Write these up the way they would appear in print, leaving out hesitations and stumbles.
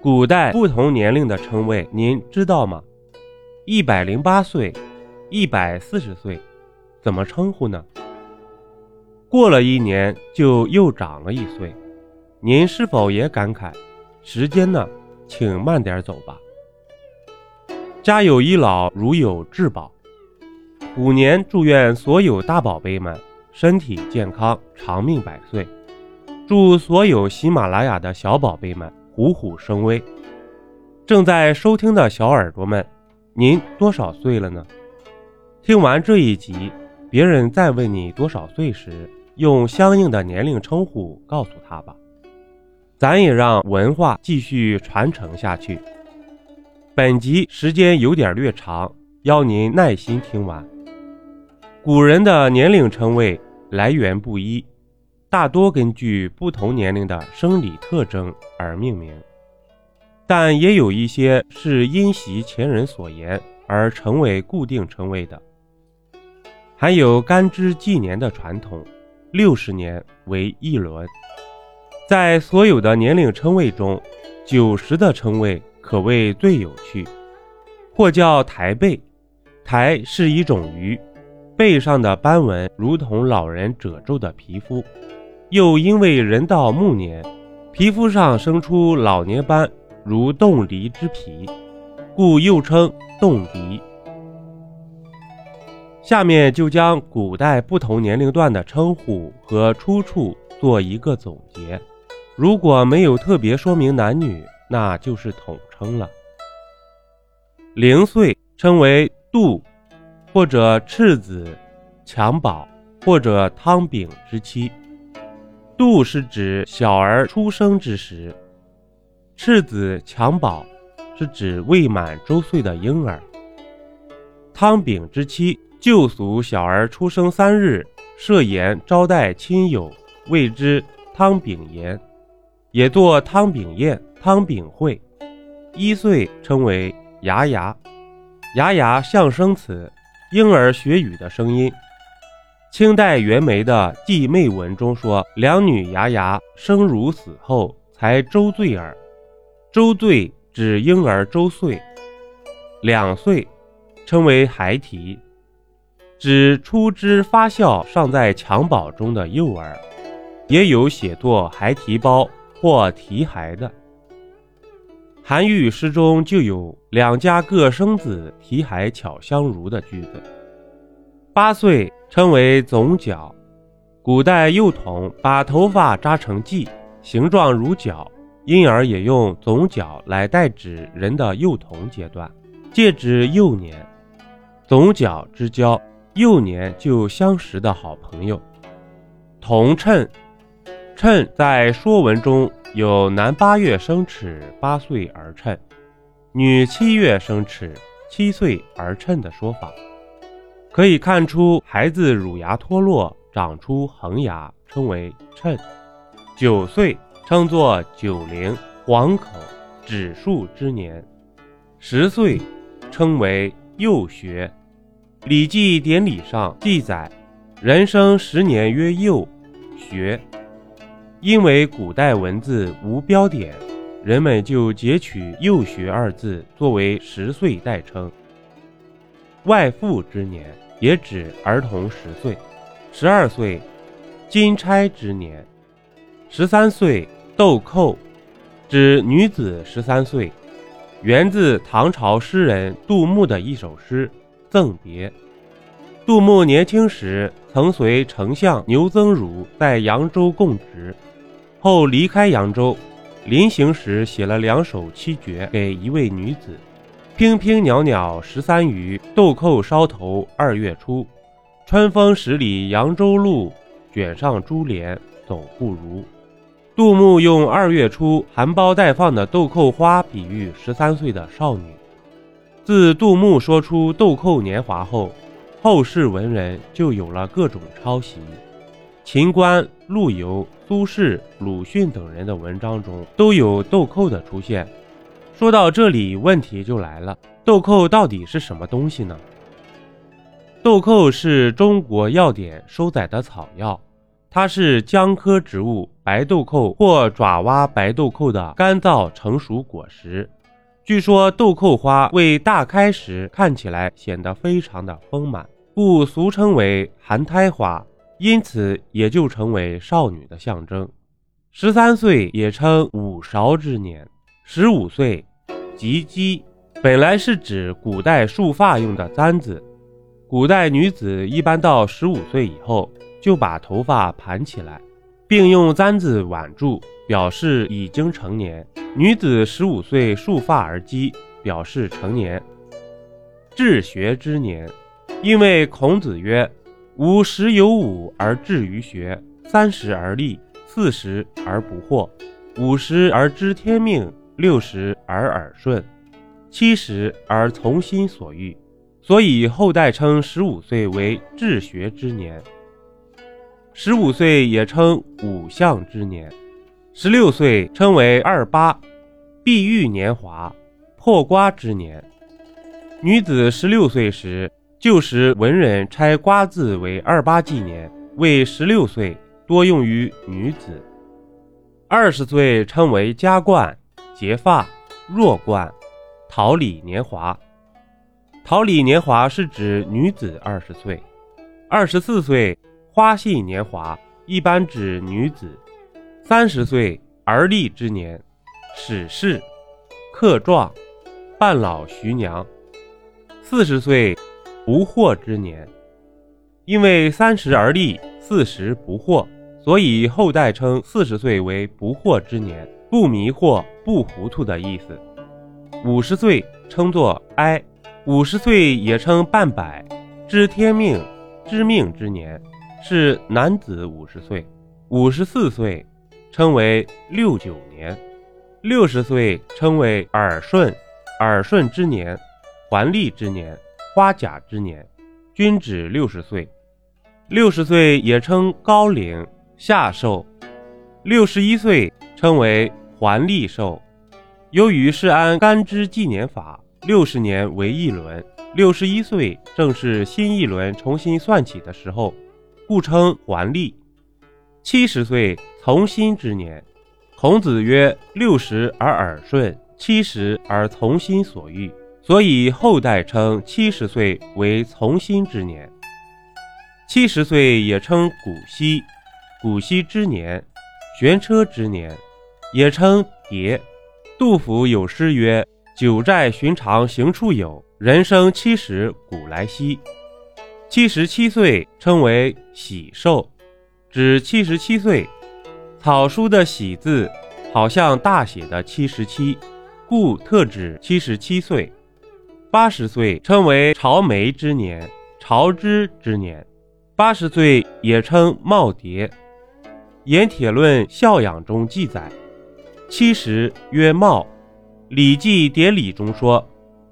古代不同年龄的称谓您知道吗？108岁、140岁，怎么称呼呢？过了1年就又长了1岁，您是否也感慨，时间呢，请慢点走吧。家有一老，如有至宝。虎年祝愿所有大宝贝们身体健康，长命百岁。祝所有喜马拉雅的小宝贝们虎虎生威。正在收听的小耳朵们，您多少岁了呢？听完这一集，别人再问你多少岁时，用相应的年龄称呼告诉他吧。咱也让文化继续传承下去。本集时间有点略长，邀您耐心听完。古人的年龄称谓来源不一，大多根据不同年龄的生理特征而命名，但也有一些是因袭前人所言而成为固定称谓的。还有干支纪年的传统，60年为一轮。在所有的年龄称谓中，90的称谓可谓最有趣，或叫台背。台是一种鱼，背上的斑纹如同老人褶皱的皮肤，又因为人到暮年，皮肤上生出老年斑，如冻梨之皮，故又称冻梨。下面就将古代不同年龄段的称呼和出处做一个总结，如果没有特别说明男女，那就是统称了。0岁称为杜，或者赤子、襁褓，或者汤饼之期。杜是指小儿出生之时，赤子、襁褓是指未满周岁的婴儿。汤饼之期，旧俗小儿出生3日设宴招待亲友，谓之汤饼宴，也作汤饼宴、汤饼会。1岁称为牙牙，牙牙象声词，婴儿学语的声音。清代袁枚的《祭妹文》中说，两女牙牙生乳死后才周岁耳，周岁指婴儿周岁。2岁称为孩提，指出枝发酵尚在襁褓中的幼儿，也有写作孩提包或提孩的。韩愈诗中就有两家各生子，提孩巧相如的句子。8岁称为总角，古代幼童把头发扎成髻，形状如角，因而也用总角来代指人的幼童阶段，借指幼年。总角之交，幼年就相识的好朋友。同称，称在说文中有男8月生齿8岁而称，女7月生齿7岁而称的说法。可以看出孩子乳牙脱落，长出恒牙，称为称。9岁称作90，黄口，指数之年。10岁称为幼学。礼记典礼上记载，人生10年曰幼学。因为古代文字无标点，人们就截取幼学2字作为10岁代称。外父之年也指儿童10岁。12岁金钗之年。13岁豆蔻，指女子13岁，源自唐朝诗人杜牧的一首诗《赠别》。杜牧年轻时曾随丞相牛曾儒在扬州供职，后离开扬州，临行时写了2首7绝给一位女子：娉娉袅袅13余，豆蔻梢头2月初。春风10里扬州路，卷上珠帘总不如。杜牧用2月初含苞待放的豆蔻花比喻13岁的少女。自杜牧说出豆蔻年华后，后世文人就有了各种抄袭。秦观、陆游、苏轼、鲁迅等人的文章中都有豆蔻的出现。说到这里，问题就来了，豆蔻到底是什么东西呢？豆蔻是中国药典收载的草药，它是姜科植物白豆蔻或爪哇白豆蔻的干燥成熟果实。据说豆蔻花未大开时看起来显得非常的丰满，故俗称为含胎花，因此也就成为少女的象征。13岁也称五韶之年，15岁及笄，本来是指古代束发用的簪子。古代女子一般到15岁以后就把头发盘起来，并用簪子挽住，表示已经成年。女子15岁束发而笄，表示成年。治学之年，因为孔子曰：吾10有5而志于学，30而立，40而不惑，50而知天命，60而耳顺，70而从心所欲，所以后代称15岁为治学之年。15岁也称五象之年，16岁称为28，碧玉年华，破瓜之年。女子16岁时，旧时文人拆瓜字为28纪年，为16岁，多用于女子。20岁称为加冠、结发、弱冠、桃李年华。桃李年华是指女子20岁。24岁花信年华，一般指女子。30岁而立之年，始仕、克壮、半老徐娘。40岁不惑之年，因为30而立，40不惑，所以后代称40岁为不惑之年，不迷惑、不糊涂的意思。50岁称作哀，50岁也称半百，知天命、知命之年，是男子50岁。54岁称为69年，60岁称为耳顺，耳顺之年，还历之年，花甲之年，均指60岁。60岁也称高龄、下寿。61岁称为还历寿。由于是按干支纪年法，60年为一轮，61岁正是新一轮重新算起的时候，故称还历。70岁从心之年，孔子曰：60而耳顺，70而从心所欲，所以后代称70岁为从心之年。70岁也称古稀，古稀之年，玄车之年，也称迭。杜甫有诗曰：九寨寻常行处有，人生70古来稀。77岁称为喜寿，指77岁。草书的喜字好像大写的77，故特指77岁。80岁称为朝梅之年，朝之之年。80岁也称耄耋。盐铁论孝养中记载，70曰耄。礼记典礼中说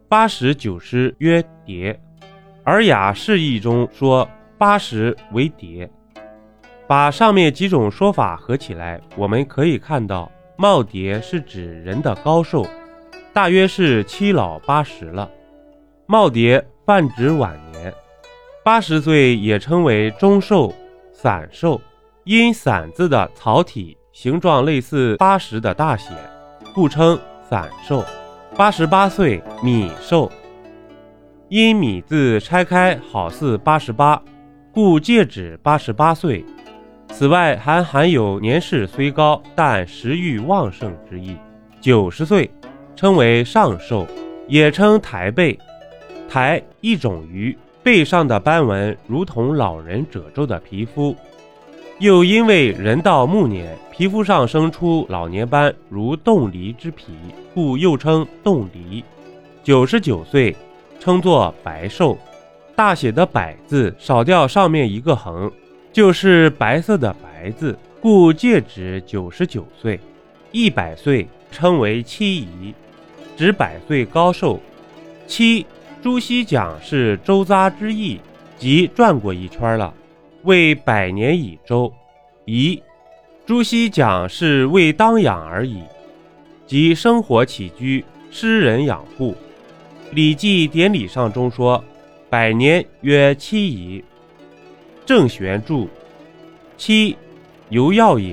80、90曰迭。尔雅释义中说80为迭。把上面几种说法合起来，我们可以看到耄耋是指人的高寿，大约是七老80了。耄耋泛指晚年。80岁也称为中寿、散寿，因散字的草体形状类似80的大写，故称散寿。88岁米寿，因米字拆开好似88，故借指88岁。此外还含有年事虽高，但食欲旺盛之意。90岁称为上寿，也称台背。台一种鱼，背上的斑纹如同老人褶皱的皮肤，又因为人到暮年，皮肤上生出老年斑如冻梨之皮，故又称冻梨。99岁称作白寿，大写的百字少掉上面一个横，就是白色的白字，故借指99岁。100岁称为期夷，指100岁高寿。期朱熹讲是周匝之意，即转过一圈了，为100年以周。夷朱熹讲是为当养而已，即生活起居，施人养护。礼记典礼上中说100年曰期夷。郑玄注：期，由要也，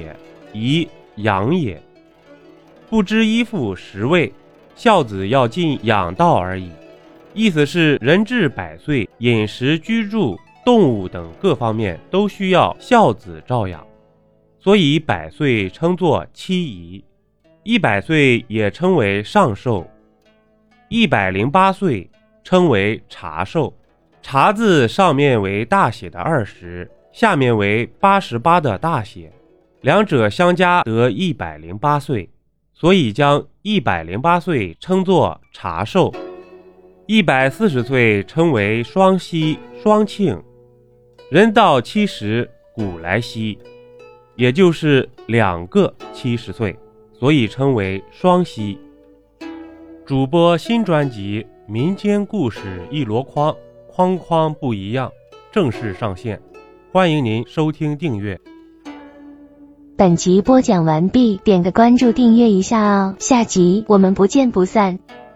宜养也。不知衣服食味，孝子要尽养道而已。意思是人至100岁，饮食居住动物等各方面都需要孝子照养，所以100岁称作期仪，100岁也称为上寿，108岁称为茶寿。茶字上面为大写的20，下面为88的大写，两者相加得108岁，所以将108岁称作茶寿。140岁称为双禧、双庆。人到70，古来稀，也就是2个70岁，所以称为双禧。主播新专辑《民间故事一箩筐》，筐筐不一样，正式上线，欢迎您收听订阅。 本集播讲完毕，点个关注订阅一下哦，下集我们不见不散。